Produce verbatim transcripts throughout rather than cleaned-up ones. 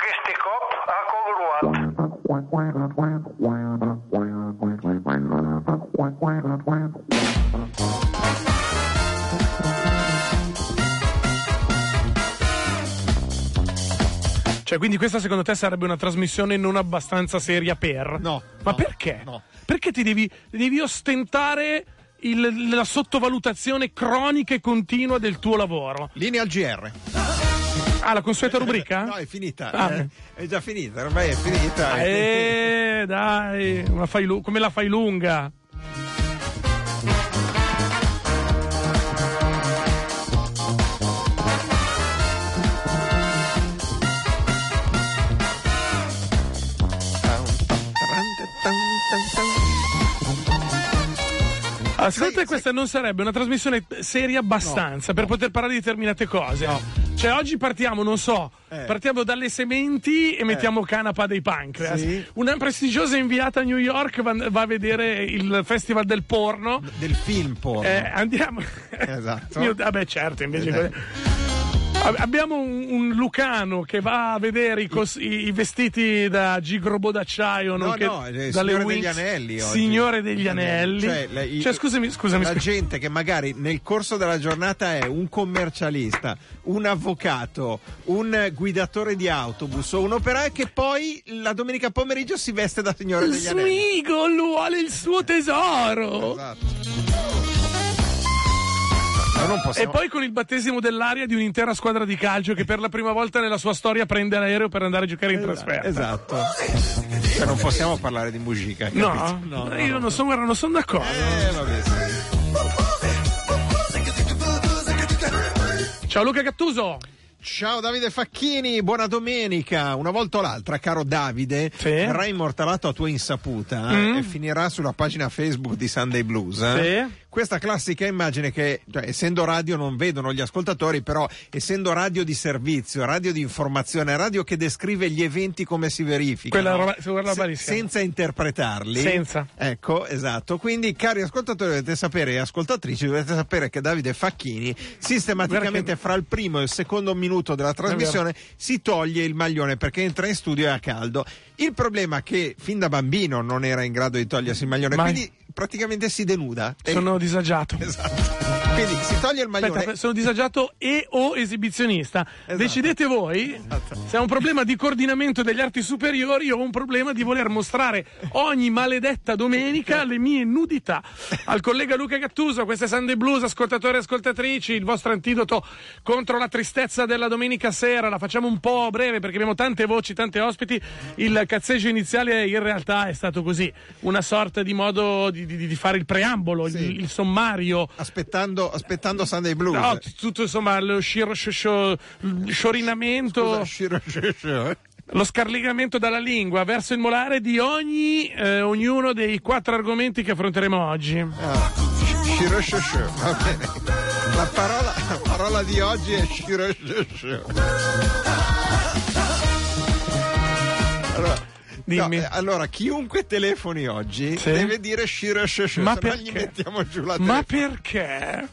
questi cop a congruato. Cioè, quindi questa secondo te sarebbe una trasmissione non abbastanza seria per? No. Ma no, perché? No. Perché ti devi, devi ostentare il, la sottovalutazione cronica e continua del tuo lavoro? Linea al G R. Ah, la consueta rubrica? No, è finita. Ah, eh, è già finita, ormai è finita. Eh, dai, la fai lu- come la fai lunga? Ah, secondo te questa non sarebbe una trasmissione seria abbastanza no, per no. poter parlare di determinate cose? No. Cioè oggi partiamo, non so, eh. partiamo dalle sementi e mettiamo canapa dei pancreas. Sì. Una prestigiosa inviata a New York va, va a vedere il festival del porno. Del film porno. Eh, andiamo. Esatto. Io, vabbè, certo, invece. Eh. Abbiamo un, un Lucano che va a vedere i, cos- i, i vestiti da gigrobo d'acciaio, No, nonché no, eh, dalle Signore Winx. degli Anelli oggi. Signore degli Anelli. Cioè, la- i- Cioè, scusami, scusami. La scusami. gente che magari nel corso della giornata è un commercialista, un avvocato, un guidatore di autobus o un operaio che poi la domenica pomeriggio si veste da Signore degli Anelli. Smigol vuole il suo tesoro. Esatto. Non E possiamo... poi con il battesimo dell'aria di un'intera squadra di calcio che per la prima volta nella sua storia prende l'aereo per andare a giocare in trasferta. Esatto. Cioè non possiamo parlare di musica. No, capito? no, no io no. non sono, guarda, non sono d'accordo. Eh, vabbè, sì. Ciao Luca Gattuso. Ciao Davide Facchini, buona domenica. Una volta o l'altra, caro Davide, Sì. verrà immortalato a tua insaputa Mm. e finirà sulla pagina Facebook di Sunday Blues. eh? Sì. Questa classica immagine che, cioè, essendo radio non vedono gli ascoltatori, però essendo radio di servizio, radio di informazione, radio che descrive gli eventi come si verificano, Quella roba- quella roba lì, se- sì. senza interpretarli. Senza. Ecco, esatto. Quindi, cari ascoltatori, dovete sapere, e ascoltatrici, dovete sapere che Davide Facchini sistematicamente Guarda che- fra il primo e il secondo minuto della trasmissione si toglie il maglione perché entra in studio e ha caldo. Il problema è che fin da bambino non era in grado di togliersi il maglione, Mai. quindi praticamente si denuda. E- Sono disagiato. Esatto. Quindi si toglie il maglione. Aspetta, sono disagiato e o esibizionista. Esatto. Decidete voi se è un problema di coordinamento degli arti superiori o un problema di voler mostrare ogni maledetta domenica le mie nudità. Al collega Luca Gattuso, queste Sunday Blues, ascoltatori e ascoltatrici, il vostro antidoto contro la tristezza della domenica sera. La facciamo un po' breve perché abbiamo tante voci, tante ospiti. Il cazzeggio iniziale in realtà è stato così, una sorta di modo di, di, di fare il preambolo, Sì. il, il sommario. Aspettando, aspettando Sunday Blues. No, t- tutto insomma lo sciro, scio- scio- sciorinamento, Scusa, Shiro- Shiro- eh? lo scarligamento dalla lingua verso il molare di ogni eh, ognuno dei quattro argomenti che affronteremo oggi. Ah, Shiro- Shiro- va bene. La parola, la parola di oggi è Shiro- Shiro- Allora, Dimmi. no, eh, allora, chiunque telefoni oggi Sì. deve dire Shiro Shiro, Ma se no perché? gli mettiamo giù la Ma telefonata. perché?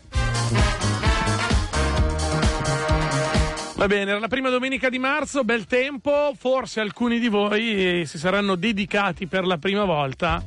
Va bene, era la prima domenica di marzo, bel tempo, forse alcuni di voi si saranno dedicati per la prima volta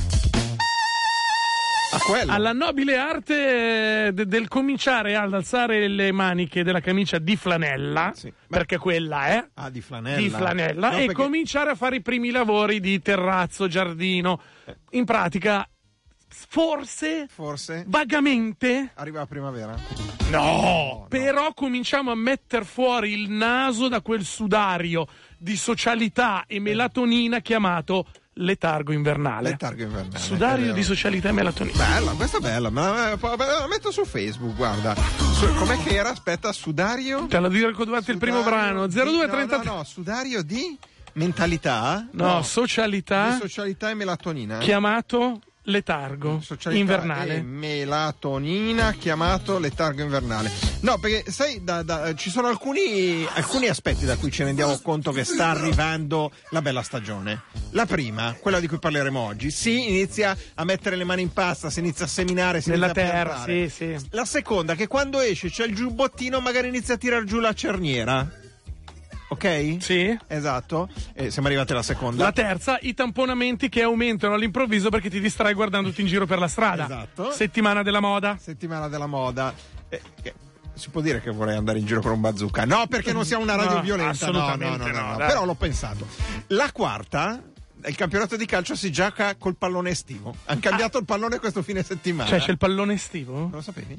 A quello. alla nobile arte de- del cominciare ad alzare le maniche della camicia di flanella, Sì. perché quella è, Ah, di flanella. di flanella, No, e perché- cominciare a fare i primi lavori di terrazzo, giardino. In pratica, forse, Forse vagamente, arriva la primavera. no, però cominciamo a metter fuori il naso da quel sudario di socialità e melatonina chiamato letargo invernale. Letargo invernale. Sudario è vero. di socialità e melatonina. Bella, questa è bella, ma ma- ma- la metto su Facebook, guarda. Su- com'è che era? Aspetta, sudario? Te lo dico durante il primo Sudario brano. di- zero due no, trentatré. no, no, sudario di mentalità? No, socialità Di socialità e melatonina. chiamato letargo Socialità invernale. e melatonina chiamato letargo invernale. No, perché sai, da, da, ci sono alcuni, alcuni aspetti da cui ci rendiamo conto che sta arrivando la bella stagione. La prima, quella di cui parleremo oggi, si inizia a mettere le mani in pasta, si inizia a seminare, si Nella inizia a terra, piantare. sì, sì. La seconda, che quando esce c'è il giubbottino, magari inizia a tirar giù la cerniera. ok? Sì. Esatto. E siamo arrivati alla seconda. La terza, i tamponamenti che aumentano all'improvviso perché ti distrai guardandoti in giro per la strada. Esatto. Settimana della moda. Settimana della moda. Eh, che- si può dire che vorrei andare in giro con un bazooka? No, perché non siamo una radio No, violenta. No, assolutamente no, no, no, no, no. dai. Però l'ho pensato. La quarta, il campionato di calcio si gioca col pallone estivo. Hanno cambiato il pallone questo fine settimana. Cioè c'è il pallone estivo? Non lo sapevi?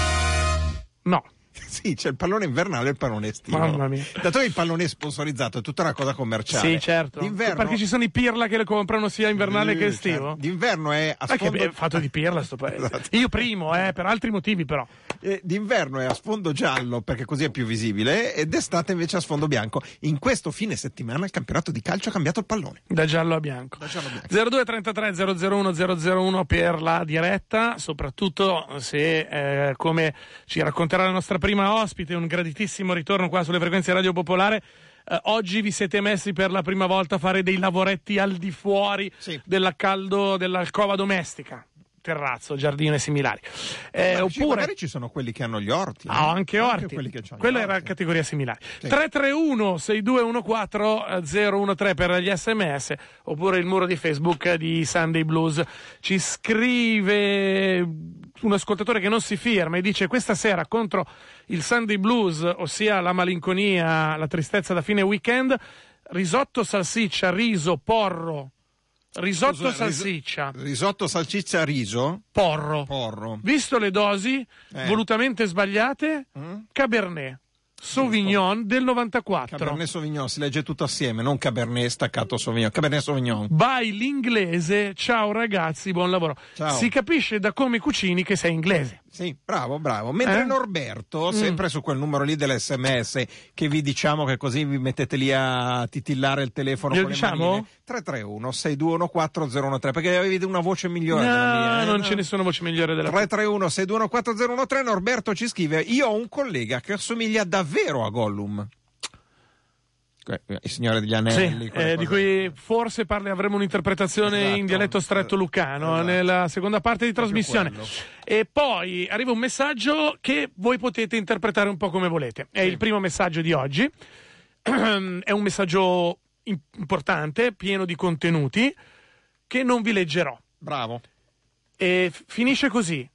No. Sì, c'è il pallone invernale e il pallone estivo. Mamma mia. Dato che il pallone è sponsorizzato, è tutta una cosa commerciale. Sì, certo. D'inverno, Perché ci sono i pirla che le comprano sia invernale Eh, che estivo. certo. D'inverno è a Ma che sfondo... è fatto di pirla sto paese. Esatto. Io primo, eh, per altri motivi però. Eh, d'inverno è a sfondo giallo perché così è più visibile ed d'estate invece a sfondo bianco. In questo fine settimana il campionato di calcio ha cambiato il pallone. Da giallo a bianco. Da giallo a bianco. zero due trentatré zero zero uno zero zero uno per la diretta, soprattutto se, eh, come ci racconterà la nostra prima ospite, un graditissimo ritorno qua sulle frequenze Radio Popolare. Eh, oggi vi siete messi per la prima volta a fare dei lavoretti al di fuori Sì. della caldo, dell'alcova domestica, terrazzo, giardino e similari. Eh, Ma ci- oppure magari ci sono quelli che hanno gli orti. Ah, no? anche orti. quelli che c'hanno Quella gli era orti. categoria similare. Sì. tre tre uno sei due uno quattro zero uno tre per gli sms oppure il muro di Facebook di Sunday Blues. Ci scrive un ascoltatore che non si firma e dice: questa sera contro il Sunday Blues, ossia la malinconia, la tristezza da fine weekend, risotto, salsiccia, riso, porro. Risotto, Scusa, salsiccia, ris- risotto, salsiccia, riso, porro. porro. Visto le dosi Eh. volutamente sbagliate, Mm? Cabernet Sauvignon del novantaquattro. Cabernet Sauvignon, si legge tutto assieme, non Cabernet staccato Sauvignon. Cabernet Sauvignon. By l'inglese. Ciao ragazzi, buon lavoro. Ciao. Si capisce da come cucini che sei inglese. Sì, bravo, bravo. Mentre Eh? Norberto, Mm. sempre su quel numero lì dell'esse esse, che vi diciamo che così vi mettete lì a titillare il telefono Glielo con le diciamo? manine. tre tre uno sei due uno quattro zero uno tre, perché avevi una voce migliore No, della mia. eh? non No. ce ne sono voce migliore della tua. tre tre uno sei due uno quattro zero uno tre. Norberto ci scrive: io ho un collega che assomiglia davvero a Gollum. Que- Il Signore degli Sì, Anelli. quelle eh, di cose. cui forse parli, avremo un'interpretazione Esatto. in dialetto stretto lucano Esatto. nella seconda parte di Proprio trasmissione. quello. E poi arriva un messaggio che voi potete interpretare un po' come volete. È Sì. il primo messaggio di oggi. È un messaggio im- importante, pieno di contenuti, che non vi leggerò. Bravo. E f- finisce così,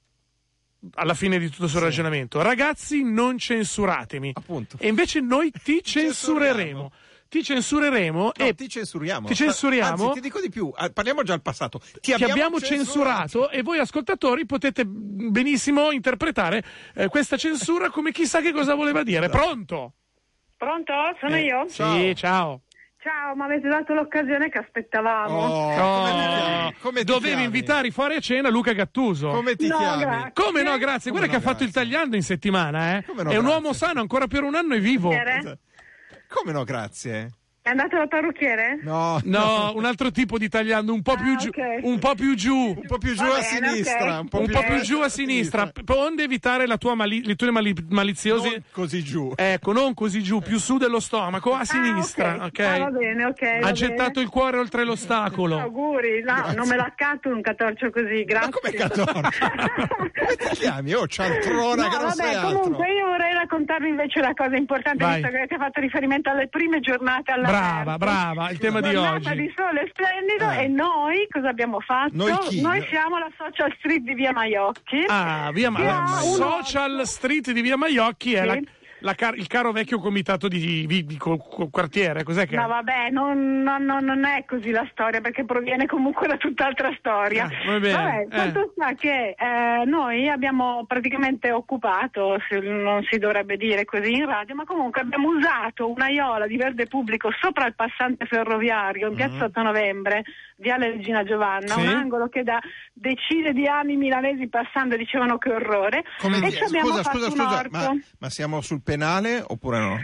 alla fine di tutto il suo Sì. ragionamento: ragazzi, non censuratemi. Appunto. E invece noi ti Censuriamo. censureremo. Ti censureremo No, e ti censuriamo. ti censuriamo. Anzi, ti dico di più, eh, parliamo già al passato. Ti, ti abbiamo censurato e voi ascoltatori potete benissimo interpretare eh, questa censura come chissà che cosa voleva dire. Pronto? Pronto? Sono io? Sì, ciao. Ciao, mi avete dato l'occasione che aspettavamo. Oh, Oh, come ti chiami? Come ti dovevi chiami? invitare fuori a cena Luca Gattuso. Come ti No, chiami? grazie. Come no, grazie. Come Guarda che no, ha fatto il grazie. tagliando in settimana, eh. Come no, È un grazie. uomo sano, ancora per un anno è vivo. Parrucchiere? Come no, grazie? È andato dal parrucchiere? No, No, un altro tipo di tagliando, un po' più Ah, giù, ok. un po' più giù. un po' più giù Va a bene, sinistra, ok. un po' Un più, po' più giù a sinistra, p- onde evitare la tua mali- le tue mali- maliziose. Non così giù. Ecco, non così giù, più su dello stomaco, a sinistra, Ah, ok? Ah, va bene, ok. Ha va gettato bene. il cuore oltre l'ostacolo. Auguri, no, non me l'accatto un catorcio così, grazie. Ma come catorcio? Come ti chiami? Oh, cialtrona, No, che non sei vabbè, altro. comunque io vorrei raccontarvi invece la cosa importante, Vai. visto che avete fatto riferimento alle prime giornate all'aperto. Brava, brava, il tema di Giornata oggi. di sole splendido Eh. e noi cosa abbiamo fatto? Noi chi? siamo la Social Street di Via Maiocchi. Ah, via Ma- Che la ha un Social orto. Street di Via Maiocchi è Sì. la, la car- il caro vecchio comitato di, di, di co- co- quartiere, cos'è che No, è? vabbè, non, non- non- non è così la storia, perché proviene comunque da tutt'altra storia. Ah, va bene, Vabbè, eh. fatto sta che eh, noi abbiamo praticamente occupato, se non si dovrebbe dire così in radio, ma comunque abbiamo usato un'aiola di verde pubblico sopra il passante ferroviario in piazza otto novembre, Viale Regina Giovanna, Sì. un angolo che da decine di anni i milanesi passando dicevano che orrore, Come e ti- ci abbiamo scusa, fatto scusa, un scusa, orto. ma, ma siamo sul penale oppure no?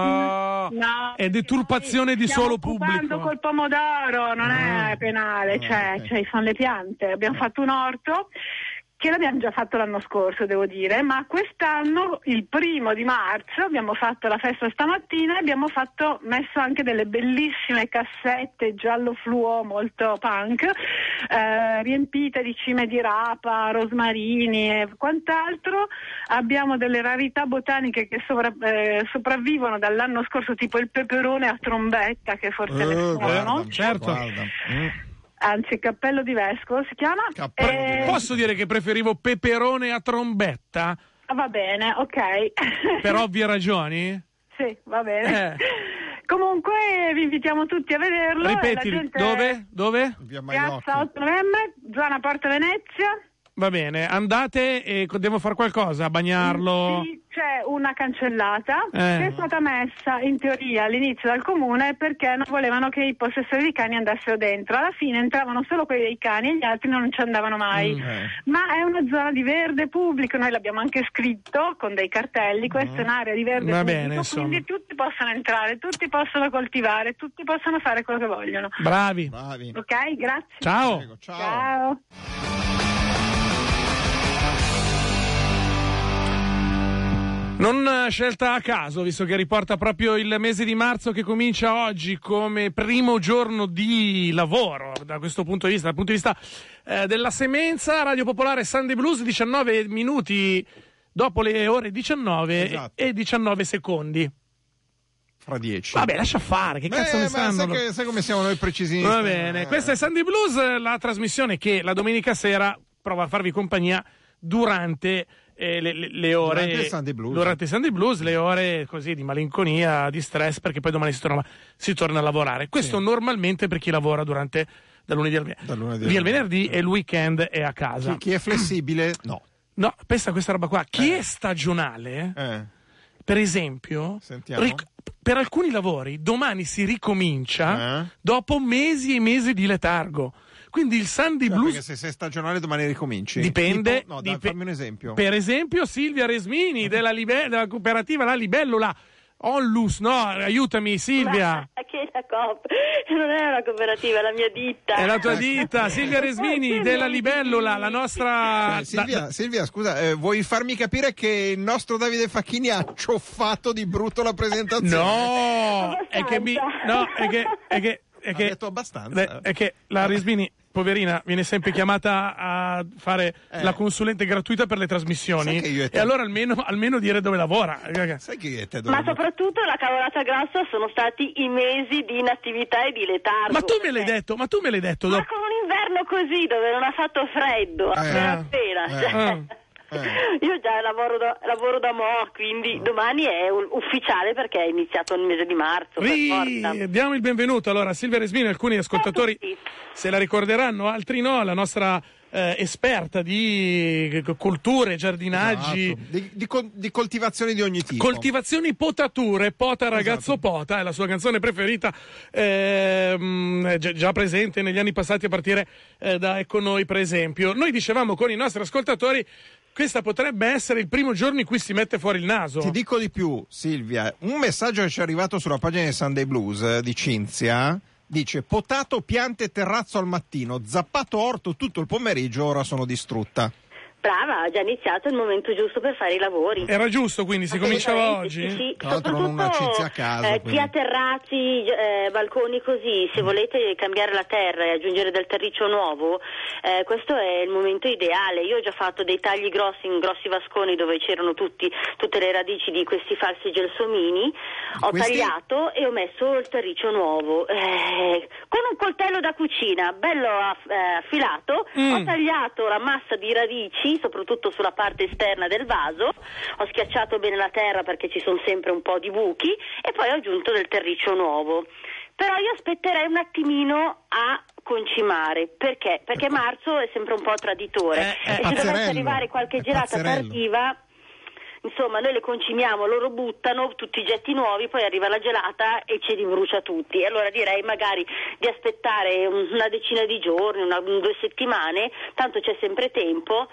No, No, è deturpazione di stiamo suolo occupando pubblico. col pomodoro, non Ah. è penale, Ah, cioè, ok. cioè sono le piante. Abbiamo fatto un orto che l'abbiamo già fatto l'anno scorso, devo dire, ma quest'anno, il primo di marzo, abbiamo fatto la festa stamattina e abbiamo fatto, messo anche delle bellissime cassette giallo fluo, molto punk, eh, riempite di cime di rapa, rosmarini e quant'altro. Abbiamo delle rarità botaniche che sovra, eh, sopravvivono dall'anno scorso, tipo il peperone a trombetta, che forse Uh, ne guarda, sono. certo. guarda. Mm. Anzi, cappello di vescovo si chiama. Cappello Eh, di Posso dire che preferivo peperone a trombetta? Va bene, ok. Per ovvie ragioni? Sì, va bene. Eh. Comunque vi invitiamo tutti a vederlo. Ripeti, La gente- dove? Dove? Via Maiocchi. Piazza otto novembre, zona Porta Venezia. Va bene, andate e devo fare qualcosa, bagnarlo? Sì, c'è una cancellata Eh. che è stata messa in teoria all'inizio dal comune perché non volevano che i possessori di cani andassero dentro. Alla fine entravano solo quelli dei cani e gli altri non ci andavano mai. Mm. Eh. Ma è una zona di verde pubblico, noi l'abbiamo anche scritto con dei cartelli, questa è un'area di verde Va pubblico, bene, insomma. quindi tutti possono entrare, tutti possono coltivare, tutti possono fare quello che vogliono. Bravi. Bravi. Ok, grazie. Ciao. Prego, ciao. Ciao. Non eh, scelta a caso, visto che riporta proprio il mese di marzo che comincia oggi come primo giorno di lavoro, da questo punto di vista, dal punto di vista eh, della semenza. Radio Popolare Sunday Blues, diciannove minuti dopo le ore diciannove Esatto. e diciannove secondi. Fra dieci. Vabbè, lascia fare, che cazzo Eh, ne ma sanno? sai, che- sai come siamo noi precisini? Va bene, Eh. questa è Sunday Blues, la trasmissione che la domenica sera prova a farvi compagnia durante eh, le, le, le ore Durante il Sunday Blues. durante il Sunday Blues, le ore così di malinconia, di stress, perché poi domani si torna, si torna a lavorare. Questo Sì. normalmente per chi lavora durante dal lunedì al, Dal lunedì via al il venerdì e il weekend è a casa. Chi, chi è flessibile? No. No, pensa a questa roba qua. Chi è stagionale, Eh. per esempio, Sentiamo. ric- per alcuni lavori domani si ricomincia Eh? dopo mesi e mesi di letargo. Quindi il Sunday Cioè, Blues perché se sei stagionale domani ricominci. dipende. Tipo- no, dai, dipe- fammi un esempio. Per esempio, Silvia Resmini della, Libe- della cooperativa La Libellula. Onlus, no, aiutami Silvia. Ma che è la coop? Non è una cooperativa, è la mia ditta. È la tua ditta, Silvia Resmini della Libellula, la nostra. Eh, Silvia, da- Silvia, scusa, eh, vuoi farmi capire che il nostro Davide Facchini ha cioffato di brutto la presentazione? No, è che mi. No, è che. È che è Ha che, detto abbastanza. è che la Resmini, poverina, viene sempre chiamata a fare Eh. la consulente gratuita per le trasmissioni. Sai che io e te- E allora almeno, almeno dire dove lavora. Sai che io e te Ma dovremmo- soprattutto la cavolata grossa sono stati i mesi di inattività e di letargo. Ma tu me l'hai perché- detto, ma tu me l'hai detto. Ma dopo- con un inverno così dove non ha fatto freddo, appena appena. eh. cioè, Eh. Io già lavoro da, lavoro da mo', quindi domani è un- ufficiale perché è iniziato il mese di marzo. Per Ri- forza. diamo il benvenuto allora a Silvia Resmini, alcuni ascoltatori Sì. se la ricorderanno, altri no, la nostra eh, esperta di c- colture, giardinaggi, Esatto. Di, di col- di coltivazioni di ogni tipo. coltivazioni, potature, Pota ragazzo Esatto. Pota, è la sua canzone preferita, ehm, è già, già presente negli anni passati a partire eh, da Ecco Noi per esempio. Noi dicevamo con i nostri ascoltatori, questa potrebbe essere il primo giorno in cui si mette fuori il naso. Ti dico di più, Silvia. Un messaggio che ci è arrivato sulla pagina di Sunday Blues eh, di Cinzia dice: potato, piante e terrazzo al mattino, zappato orto tutto il pomeriggio, ora sono distrutta. Brava, ha già iniziato il momento giusto per fare i lavori. Era giusto, quindi si cominciava oggi? Sì, sì. Tra l'altro non una Soprattutto, Cinzia a caso, eh, chi quindi. ha terrazzi, eh, balconi così, se volete cambiare la terra e aggiungere del terriccio nuovo, eh, questo è il momento ideale. Io ho già fatto dei tagli grossi in grossi vasconi dove c'erano tutti, tutte le radici di questi falsi gelsomini, ho questi? tagliato e ho messo il terriccio nuovo. Eh, con un coltello da cucina, bello aff- eh, affilato, Mm. ho tagliato la massa di radici, soprattutto sulla parte esterna del vaso, ho schiacciato bene la terra perché ci sono sempre un po' di buchi e poi ho aggiunto del terriccio nuovo. Però io aspetterei un attimino a concimare, perché? Perché marzo è sempre un po' traditore Eh, eh, e se dovesse pazzerello, arrivare qualche è gelata pazzerello. tardiva, insomma noi le concimiamo, loro buttano tutti i getti nuovi, poi arriva la gelata e ce li brucia tutti. E allora direi magari di aspettare una decina di giorni, una, due settimane, tanto c'è sempre tempo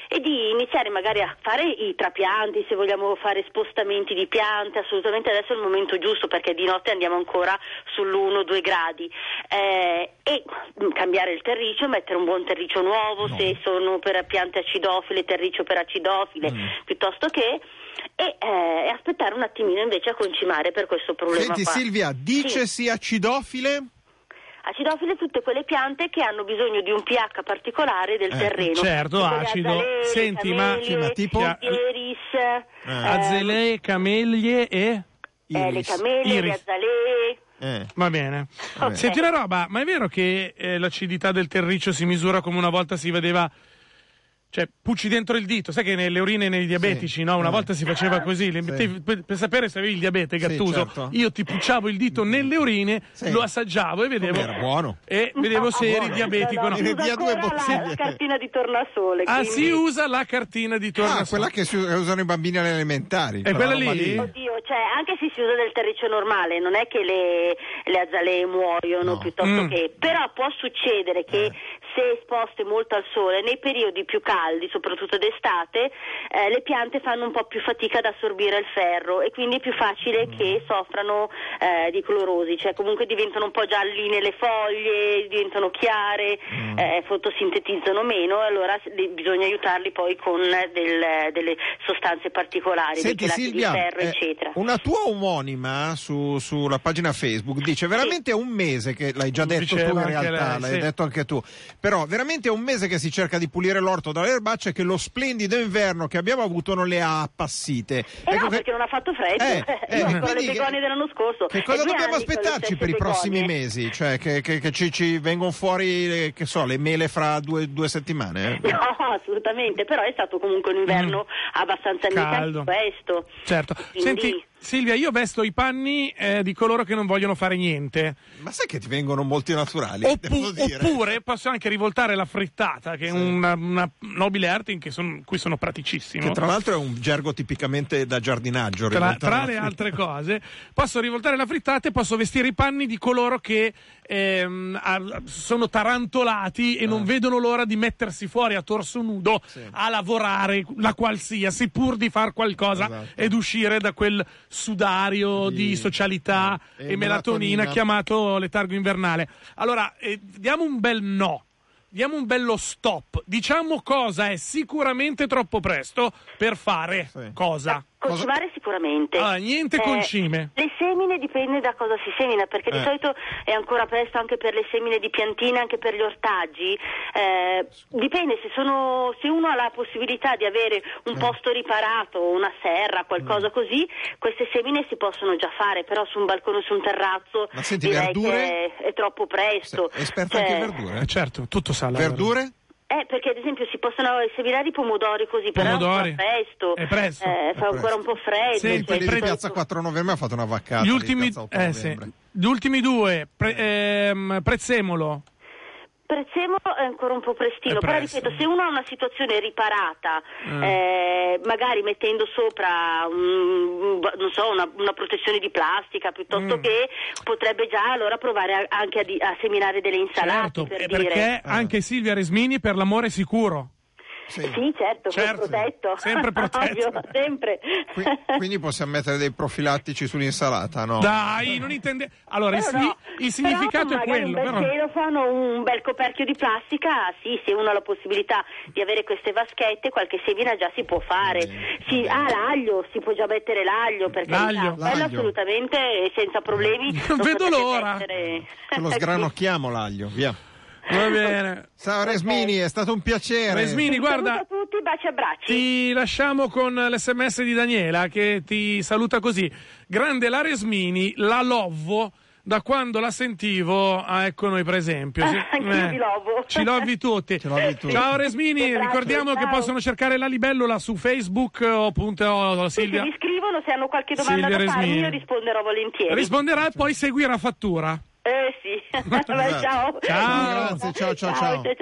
e di iniziare magari a fare i trapianti, se vogliamo fare spostamenti di piante. Assolutamente adesso è il momento giusto, perché di notte andiamo ancora sull'uno due gradi, eh, e cambiare il terriccio, mettere un buon terriccio nuovo, no. se sono per piante acidofile, terriccio per acidofile, mm. piuttosto che e eh, aspettare un attimino invece a concimare per questo problema. Senti qua. Silvia, dicesi sì. acidofile? Acidofile tutte quelle piante che hanno bisogno di un pH particolare del eh, terreno. Certo, acido. Azalee, Senti, camellie, ma, ma tipo iris, eh. eh, azalee, camellie e eh, le camellie, iris. le azalee. Eh. Va bene. Okay. Senti una roba, ma è vero che eh, l'acidità del terriccio si misura come una volta si vedeva? Cioè, pucci dentro il dito, sai che nelle urine nei diabetici, sì. no? Una eh. volta si faceva così, le mettevi, sì. per, per sapere se avevi il diabete, Gattuso. Sì, certo. Io ti pucciavo il dito nelle urine, sì. lo assaggiavo e vedevo. Era buono. E vedevo se eri diabetico o no. no. Usa due la, la cartina di tornasole. Ah, quindi... si usa la cartina di tornasole. Ah, quella che si usano i bambini alle elementari. È quella lì? lì? Oddio, cioè, anche se si usa del terriccio normale, non è che le, le azalee muoiono, no. piuttosto mm. che. Però può succedere che eh. se esposte molto al sole, nei periodi più caldi, soprattutto d'estate, eh, le piante fanno un po' più fatica ad assorbire il ferro e quindi è più facile mm. che soffrano eh, di clorosi, cioè comunque diventano un po' gialline le foglie, diventano chiare, mm. eh, fotosintetizzano meno, e allora bisogna aiutarli poi con del, delle sostanze particolari, Senti, dei chelati Silvia, di ferro, eh, eccetera. Una tua omonima su, sulla pagina Facebook dice veramente è un mese che l'hai già detto tu in realtà, lei, l'hai sì. detto anche tu, però veramente è un mese che si cerca di pulire l'orto dalle erbacce, che lo splendido inverno che abbiamo avuto non le ha appassite. Eh ecco no, che... perché non ha fatto freddo, eh, eh, ancora le begonie dell'anno scorso. Che cosa dobbiamo aspettarci per i prossimi mesi? Cioè che, che, che ci, ci vengono fuori, che so, le mele fra due, due settimane? Eh? No, assolutamente, però è stato comunque un inverno mm. abbastanza caldo, questo. Certo. Quindi... Senti, Silvia, io vesto i panni eh, di coloro che non vogliono fare niente. Ma sai che ti vengono molti naturali? Oppu- oppure posso anche rivoltare la frittata, che sì. è una, una nobile arte in che son, cui sono praticissimo. Che tra l'altro è un gergo tipicamente da giardinaggio. Tra, tra le altre cose, posso rivoltare la frittata e posso vestire i panni di coloro che ehm, a, sono tarantolati e ah. non vedono l'ora di mettersi fuori a torso nudo sì. a lavorare la qualsiasi, pur di far qualcosa esatto. ed uscire da quel sudario di, di socialità eh, e, e melatonina, melatonina chiamato letargo invernale. Allora, eh, diamo un bel no, diamo un bello stop, diciamo cosa è sicuramente troppo presto per fare sì. cosa? Concimare sicuramente. Ah, niente eh, concime. Le semine dipende da cosa si semina, perché eh. di solito è ancora presto anche per le semine di piantine, anche per gli ortaggi. Eh, dipende se sono se uno ha la possibilità di avere un eh. posto riparato, una serra, qualcosa mm. così, queste semine si possono già fare, però su un balcone o su un terrazzo Ma senti, direi verdure? che è, è troppo presto. È esperta cioè, anche in verdure? Eh, certo, tutto sa. Verdure? Eh, perché ad esempio si possono seminare i pomodori così, però pomodori. è ancora presto, è presto. Eh, fa è ancora un po' freddo. Sì, quelli cioè, di Piazza quattro novembre ha fatto una vaccata. Gli ultimi, eh, sì. Gli ultimi due, pre, ehm, prezzemolo. Prezzemolo è ancora un po' prestino, però ripeto, se uno ha una situazione riparata, mm. eh, magari mettendo sopra un, non so, una, una protezione di plastica piuttosto mm. che potrebbe già allora provare a, anche a, di, a seminare delle insalate. Certo, per perché dire. anche Silvia Resmini per l'amore sicuro. Sì, sì certo, certo. protetto. Sempre protetto. Ovvio, sempre. Quindi possiamo mettere dei profilattici sull'insalata, no? Dai, non intende. Allora, il, no. il significato però, è quello. Un bel però... cielo fanno un bel coperchio di plastica, sì, se uno ha la possibilità di avere queste vaschette, qualche semina già si può fare. Bene, sì, ah, l'aglio, si può già mettere l'aglio, perché l'aglio. quello assolutamente senza problemi. Non vedo l'ora. Mettere... Ce lo sgranocchiamo l'aglio, via. Va bene. Ciao Resmini, è stato un piacere. Resmini, guarda, saluto a tutti, baci e abbracci. Ti lasciamo con l'esse emme esse di Daniela che ti saluta così. Grande la Resmini, la lovo da quando la sentivo, ah, ecco noi per esempio. Sì, Anch'io eh, ti lovo. Ci lovi tutti. Ci lovi tutti. Ciao Resmini, Grazie, ricordiamo ciao. che possono cercare la libellula su Facebook o appunto oh, Silvia. Se mi scrivono, se hanno qualche domanda Silvia da farmi, Resmini. io risponderò volentieri. Risponderà e poi seguirà fattura. Eh sì. Beh, ciao. Ciao. Grazie, ciao ciao ciao. ciao, ciao.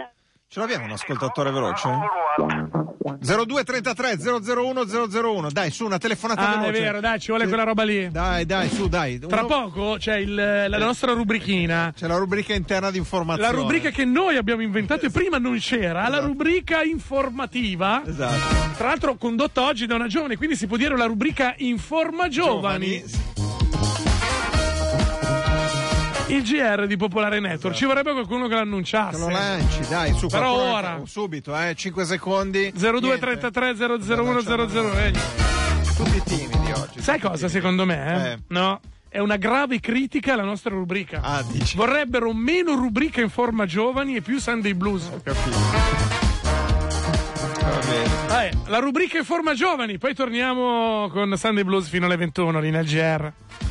Ce l'abbiamo un ascoltatore veloce? Congruat. zero due trentatré zero zero uno zero zero uno. Dai, su una telefonata Ah, veloce. è vero, dai, ci vuole Sì. quella roba lì. Dai, dai, su, dai. Tra Uno- poco c'è il, la nostra rubrichina. C'è la rubrica interna di informazione. La rubrica che noi abbiamo inventato e prima non c'era, la rubrica informativa. Esatto. Tra l'altro condotta oggi da una giovane, quindi si può dire la rubrica Informa Giovani. Il G R di Popolare Network. Ci vorrebbe qualcuno che Che l'annunciasse. lo lanci, dai, su. Però qualcuno- ora. Subito, eh, cinque secondi. zero due Niente. trentatré zero zero uno zero zero. Vedi. Tutti timidi oggi. Sai tutti cosa timidi. secondo me? Eh? Eh. No. È una grave critica alla nostra rubrica. Ah, dici. Vorrebbero meno rubrica Informa Giovani e più Sunday Blues. Ho capito. Va bene. Vabbè, la rubrica Informa Giovani, poi torniamo con Sunday Blues fino alle ventuno lì nel G R.